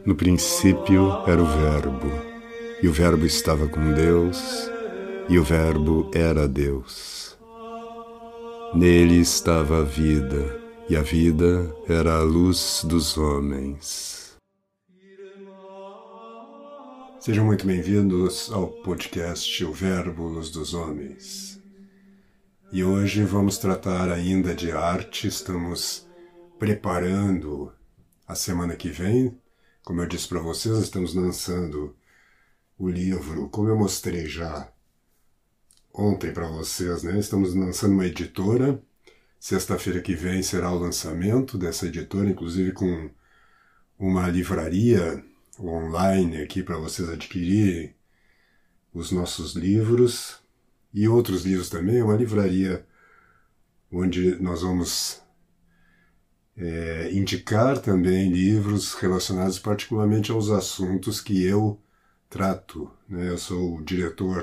No princípio era o Verbo, e o Verbo estava com Deus, e o Verbo era Deus. Nele estava a vida, e a vida era a luz dos homens. Sejam muito bem-vindos ao podcast O Verbo, Luz dos Homens. E hoje vamos tratar ainda de arte. Estamos preparando a semana que vem. Como eu disse para vocês, estamos lançando o livro, como eu mostrei já ontem para vocês, né? Estamos lançando uma editora. Sexta-feira que vem será o lançamento dessa editora, inclusive com uma livraria online aqui para vocês adquirirem os nossos livros e outros livros também. Uma livraria onde nós vamos indicar também livros relacionados particularmente aos assuntos que eu trato, né? Eu sou o diretor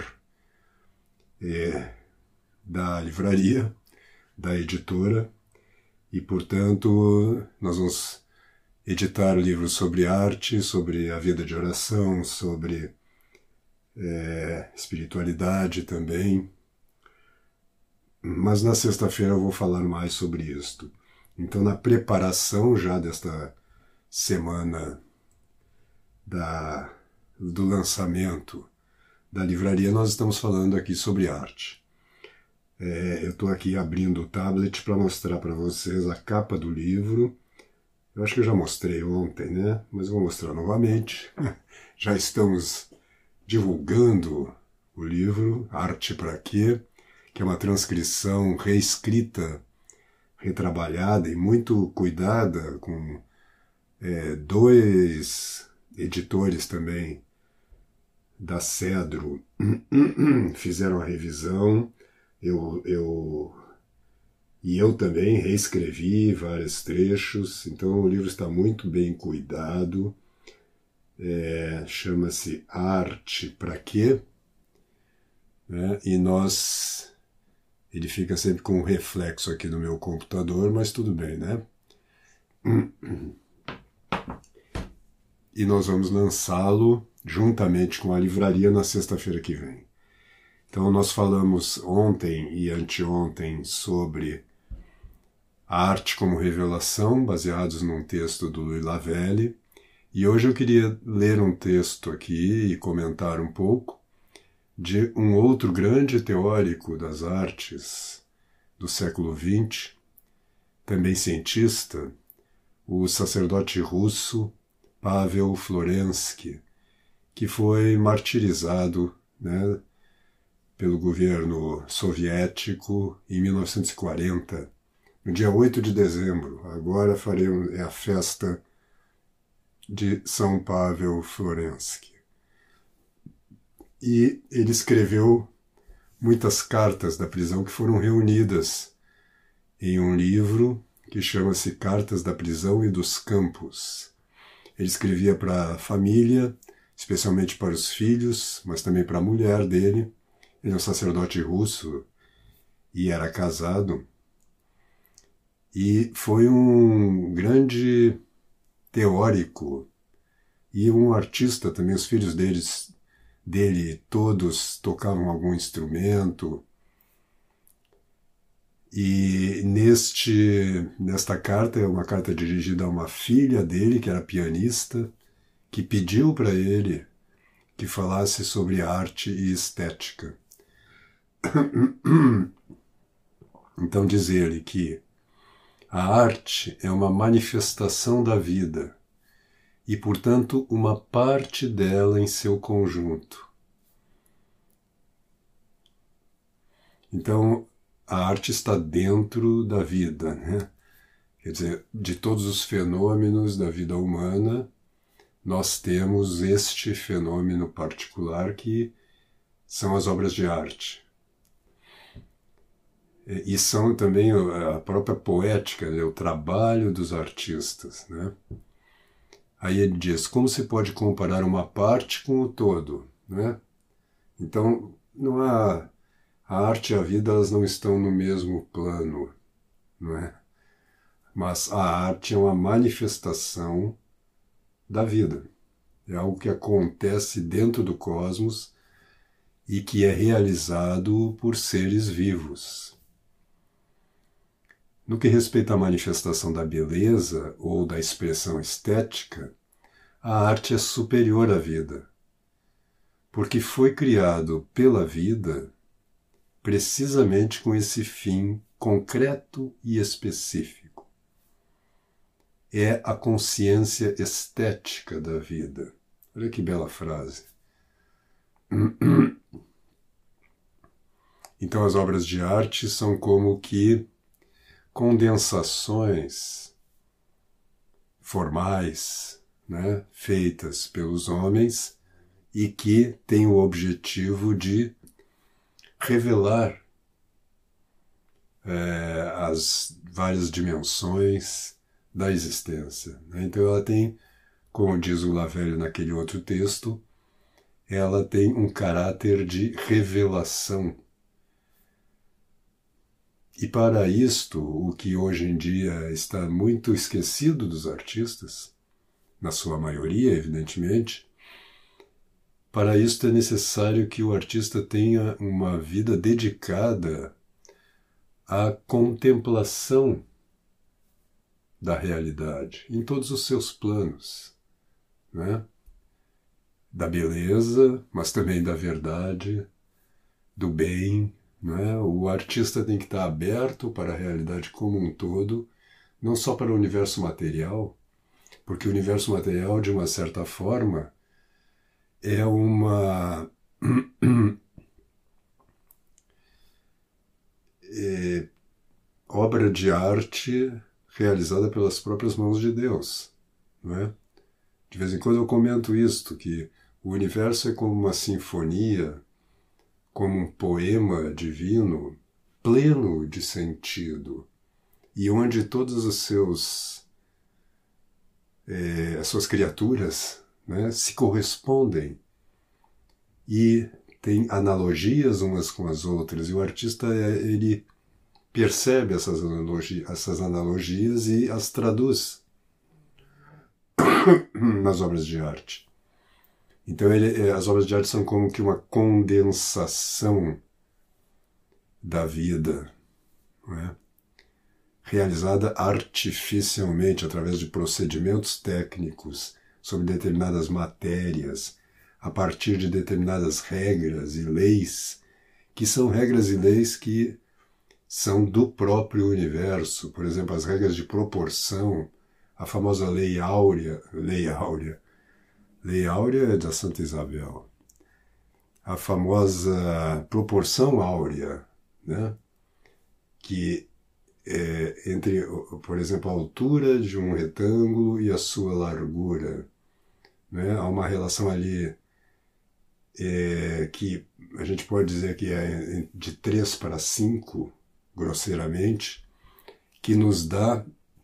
da livraria, da editora, e, portanto, nós vamos editar livros sobre arte, sobre a vida de oração, sobre espiritualidade também. Mas na sexta-feira eu vou falar mais sobre isto. Então, na preparação já desta semana do lançamento da livraria, nós estamos falando aqui sobre arte. Eu estou aqui abrindo o tablet para mostrar para vocês a capa do livro. Eu acho que eu já mostrei ontem, né? Mas eu vou mostrar novamente. Já estamos divulgando o livro Arte para Quê? Que é uma transcrição reescrita, retrabalhada e muito cuidada, com dois editores também da Cedro fizeram a revisão. Eu também reescrevi vários trechos, então o livro está muito bem cuidado. Chama-se Arte para Quê? Né? E ele fica sempre com um reflexo aqui no meu computador, mas tudo bem, né? E nós vamos lançá-lo juntamente com a livraria na sexta-feira que vem. Então nós falamos ontem e anteontem sobre a arte como revelação, baseados num texto do Louis Lavelle, e hoje eu queria ler um texto aqui e comentar um pouco de um outro grande teórico das artes do século XX, também cientista, o sacerdote russo Pavel Florensky, que foi martirizado, né, pelo governo soviético em 1940, no dia 8 de dezembro. Agora faremos a festa de São Pavel Florensky. E ele escreveu muitas cartas da prisão que foram reunidas em um livro que chama-se Cartas da Prisão e dos Campos. Ele escrevia para a família, especialmente para os filhos, mas também para a mulher dele. Ele é um sacerdote russo e era casado. E foi um grande teórico e um artista também. Os filhos dele todos tocavam algum instrumento. E nesta carta, é uma carta dirigida a uma filha dele, que era pianista, que pediu para ele que falasse sobre arte e estética. Então diz ele que a arte é uma manifestação da vida e, portanto, uma parte dela em seu conjunto. Então, a arte está dentro da vida, né? Quer dizer, de todos os fenômenos da vida humana, nós temos este fenômeno particular que são as obras de arte. E são também a própria poética, né? O trabalho dos artistas, né? Aí ele diz, como se pode comparar uma parte com o todo, né? Então, não há... A arte e a vida, elas não estão no mesmo plano, não é? Mas a arte é uma manifestação da vida. É algo que acontece dentro do cosmos e que é realizado por seres vivos. No que respeita à manifestação da beleza ou da expressão estética, a arte é superior à vida, porque foi criado pela vida precisamente com esse fim concreto e específico. É a consciência estética da vida. Olha que bela frase. Então as obras de arte são como que condensações formais, né, feitas pelos homens e que têm o objetivo de revelar as várias dimensões da existência. Né? Então ela tem, como diz o Lavelle naquele outro texto, ela tem um caráter de revelação. E para isto, o que hoje em dia está muito esquecido dos artistas, na sua maioria, evidentemente, para isto é necessário que o artista tenha uma vida dedicada à contemplação da realidade, em todos os seus planos, né? Da beleza, mas também da verdade, do bem, né? O artista tem que estar aberto para a realidade como um todo, não só para o universo material, porque o universo material, de uma certa forma, é uma obra de arte realizada pelas próprias mãos de Deus, não é? De vez em quando eu comento isto, que o universo é como uma sinfonia, como um poema divino, pleno de sentido, e onde todas as suas criaturas, né, se correspondem e têm analogias umas com as outras, e o artista ele percebe essas analogias e as traduz nas obras de arte. Então as obras de arte são como que uma condensação da vida, não é? Realizada artificialmente através de procedimentos técnicos sobre determinadas matérias, a partir de determinadas regras e leis, que são regras e leis que são do próprio universo. Por exemplo, as regras de proporção, a famosa Lei Áurea é da Santa Isabel, a famosa proporção áurea, né? Que é entre, por exemplo, a altura de um retângulo e a sua largura, né? Há uma relação ali que a gente pode dizer que é de 3 para 5, grosseiramente, que nos dá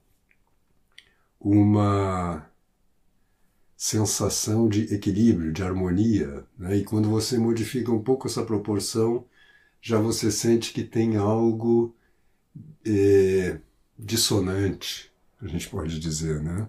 uma sensação de equilíbrio, de harmonia, né? E quando você modifica um pouco essa proporção, já você sente que tem algo dissonante, a gente pode dizer, né?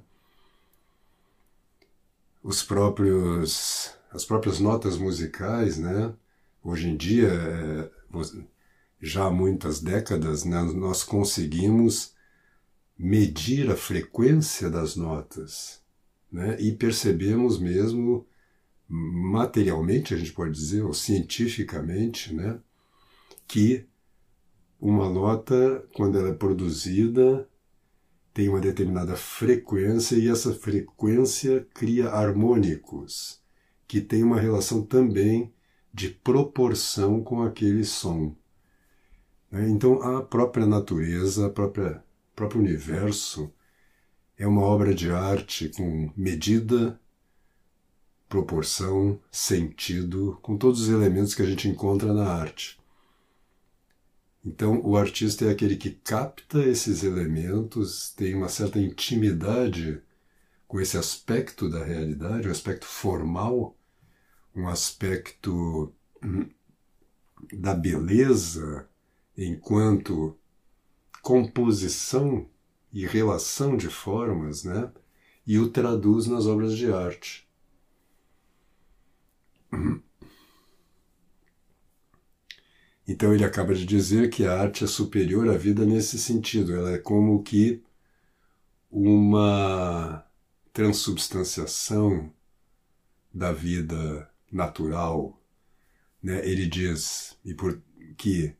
As próprias notas musicais, né? Hoje em dia, já há muitas décadas, né, nós conseguimos medir a frequência das notas, né, e percebemos mesmo materialmente, a gente pode dizer, ou cientificamente, né, que uma nota, quando ela é produzida, tem uma determinada frequência e essa frequência cria harmônicos, que tem uma relação também de proporção com aquele som. Então a própria natureza, o próprio universo é uma obra de arte com medida, proporção, sentido, com todos os elementos que a gente encontra na arte. Então o artista é aquele que capta esses elementos, tem uma certa intimidade com esse aspecto da realidade, um aspecto formal, um aspecto da beleza enquanto composição e relação de formas, né? E o traduz nas obras de arte. Então ele acaba de dizer que a arte é superior à vida nesse sentido. Ela é como que uma transubstanciação da vida natural, né? Ele diz que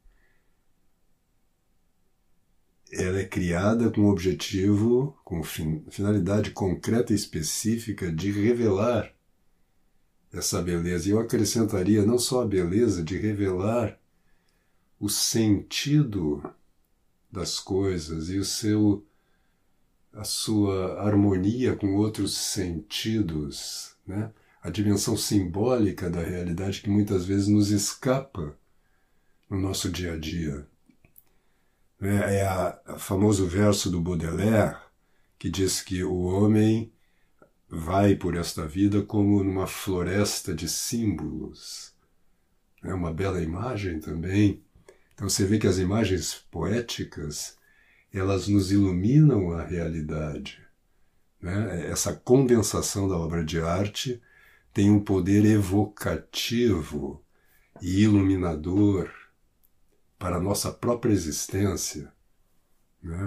ela é criada com o objetivo, com finalidade concreta e específica de revelar essa beleza. E eu acrescentaria não só a beleza, de revelar o sentido das coisas e a sua harmonia com outros sentidos, né? A dimensão simbólica da realidade que muitas vezes nos escapa no nosso dia a dia. É o famoso verso do Baudelaire que diz que o homem vai por esta vida como numa floresta de símbolos. É uma bela imagem também. Então você vê que as imagens poéticas, elas nos iluminam a realidade, né? Essa condensação da obra de arte tem um poder evocativo e iluminador para a nossa própria existência, né?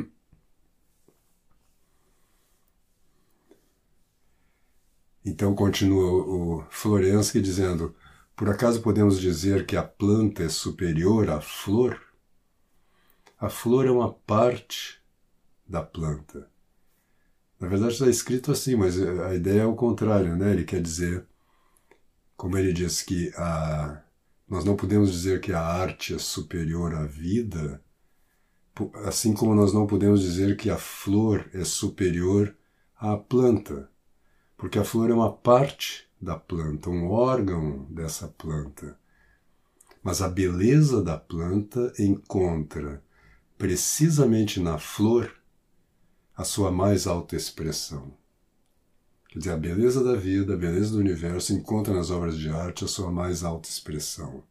Então continua o Florensky dizendo: por acaso podemos dizer que a planta é superior à flor? A flor é uma parte da planta. Na verdade está escrito assim, mas a ideia é o contrário, né? Ele quer dizer, como ele diz que nós não podemos dizer que a arte é superior à vida, assim como nós não podemos dizer que a flor é superior à planta, porque a flor é uma parte da planta, um órgão dessa planta. Mas a beleza da planta encontra precisamente na flor a sua mais alta expressão. Quer dizer, a beleza da vida, a beleza do universo encontra nas obras de arte a sua mais alta expressão.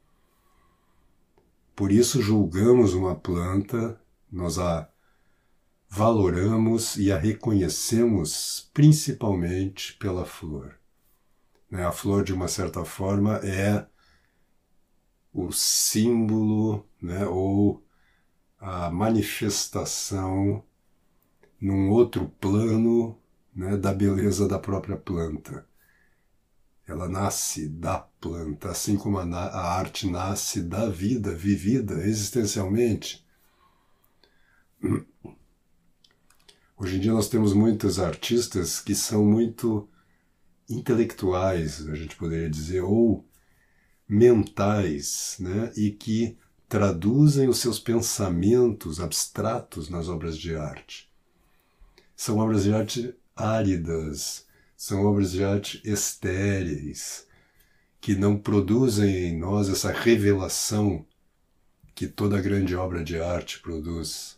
Por isso julgamos uma planta, nós a valoramos e a reconhecemos principalmente pela flor. A flor, de uma certa forma, é o símbolo, né, ou a manifestação num outro plano, né, da beleza da própria planta. Ela nasce da planta, assim como a arte nasce da vida, vivida existencialmente. Hoje em dia nós temos muitos artistas que são muito intelectuais, a gente poderia dizer, ou mentais, né, e que traduzem os seus pensamentos abstratos nas obras de arte. São obras de arte áridas, são obras de arte estéreis, que não produzem em nós essa revelação que toda grande obra de arte produz.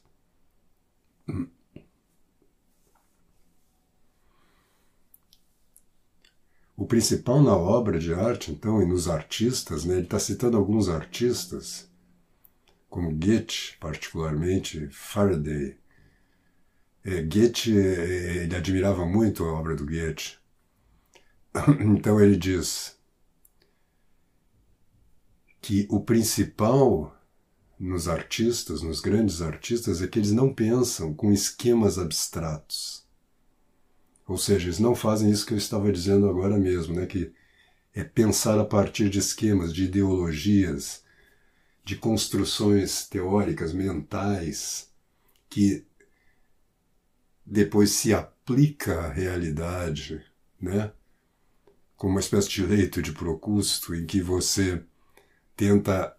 O principal na obra de arte, então, e nos artistas, né, ele está citando alguns artistas, como Goethe, particularmente, Faraday. Goethe, ele admirava muito a obra do Goethe. Então ele diz que o principal nos artistas, nos grandes artistas, é que eles não pensam com esquemas abstratos. Ou seja, eles não fazem isso que eu estava dizendo agora mesmo, né? Que é pensar a partir de esquemas, de ideologias, de construções teóricas, mentais, que depois se aplica à realidade, né? Como uma espécie de leito de Procusto, em que você tenta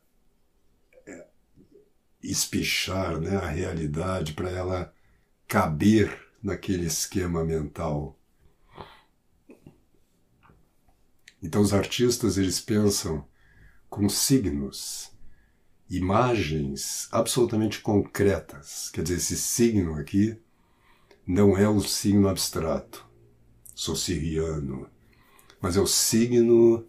espichar, né, a realidade para ela caber naquele esquema mental. Então os artistas, eles pensam com signos, imagens absolutamente concretas. Quer dizer, esse signo aqui não é o signo abstrato, saussuriano, mas é o signo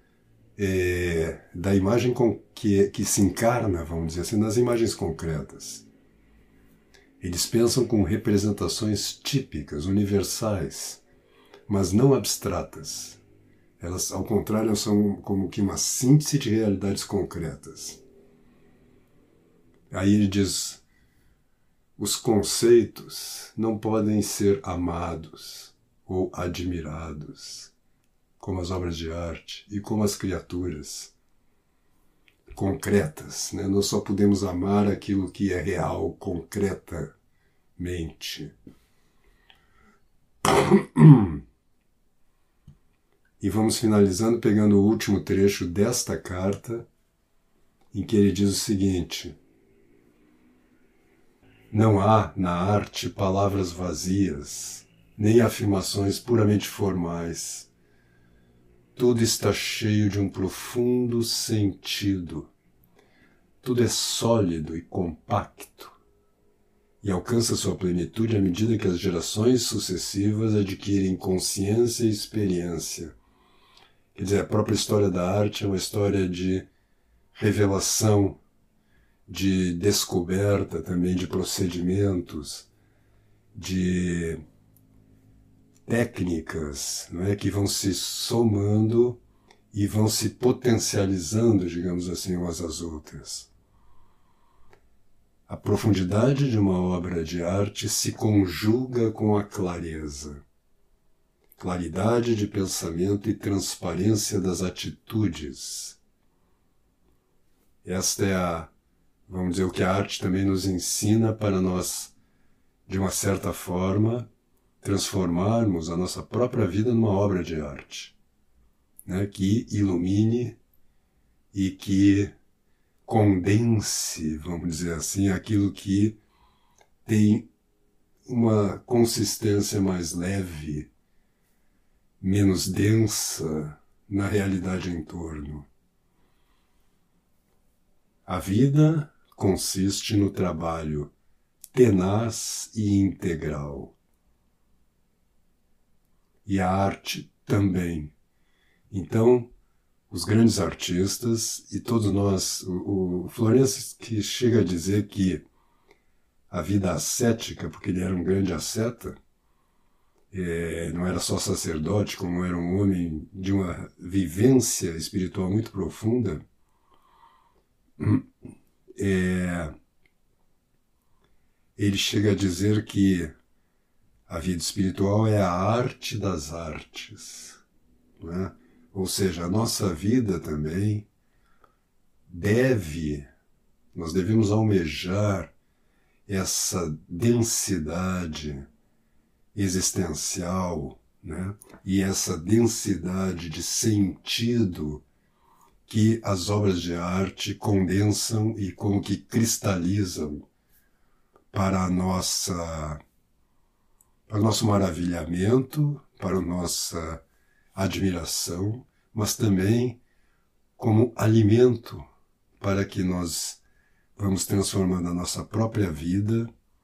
da imagem que se encarna, vamos dizer assim, nas imagens concretas. Eles pensam com representações típicas, universais, mas não abstratas. Elas, ao contrário, são como que uma síntese de realidades concretas. Aí ele diz, os conceitos não podem ser amados ou admirados, como as obras de arte e como as criaturas concretas, né? Nós só podemos amar aquilo que é real, concretamente. E vamos finalizando pegando o último trecho desta carta, em que ele diz o seguinte: não há na arte palavras vazias, nem afirmações puramente formais. Tudo está cheio de um profundo sentido. Tudo é sólido e compacto, e alcança sua plenitude à medida que as gerações sucessivas adquirem consciência e experiência. Quer dizer, a própria história da arte é uma história de revelação, de descoberta também de procedimentos, de técnicas, não é, que vão se somando e vão se potencializando, digamos assim, umas às outras. A profundidade de uma obra de arte se conjuga com a clareza. Claridade de pensamento e transparência das atitudes. Esta é vamos dizer, o que a arte também nos ensina para nós, de uma certa forma, transformarmos a nossa própria vida numa obra de arte, né, que ilumine e que condense, vamos dizer assim, aquilo que tem uma consistência mais leve, menos densa na realidade em torno. A vida consiste no trabalho tenaz e integral. E a arte também. Então, os grandes artistas e todos nós, o Florence que chega a dizer que a vida ascética, porque ele era um grande asceta, não era só sacerdote, como era um homem de uma vivência espiritual muito profunda, ele chega a dizer que a vida espiritual é a arte das artes, não é? Ou seja, a nossa vida também nós devemos almejar essa densidade existencial, né? E essa densidade de sentido que as obras de arte condensam e como que cristalizam para o nosso maravilhamento, para a nossa admiração, mas também como alimento para que nós vamos transformando a nossa própria vida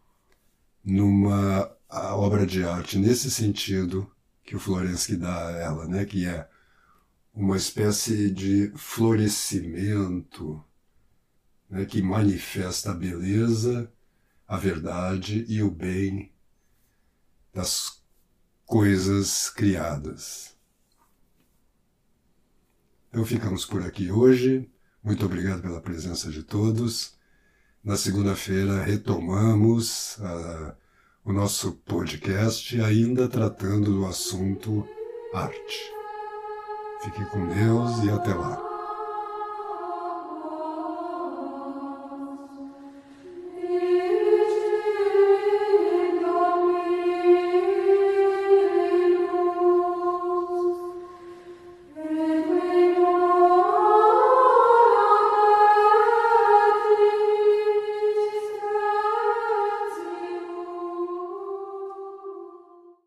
numa obra de arte, nesse sentido que o Florensky dá a ela, né? Que é uma espécie de florescimento, né? Que manifesta a beleza, a verdade e o bem das coisas criadas. Então ficamos por aqui hoje. Muito obrigado pela presença de todos. Na segunda-feira retomamos o nosso podcast, ainda tratando do assunto arte. Fique com Deus e até lá.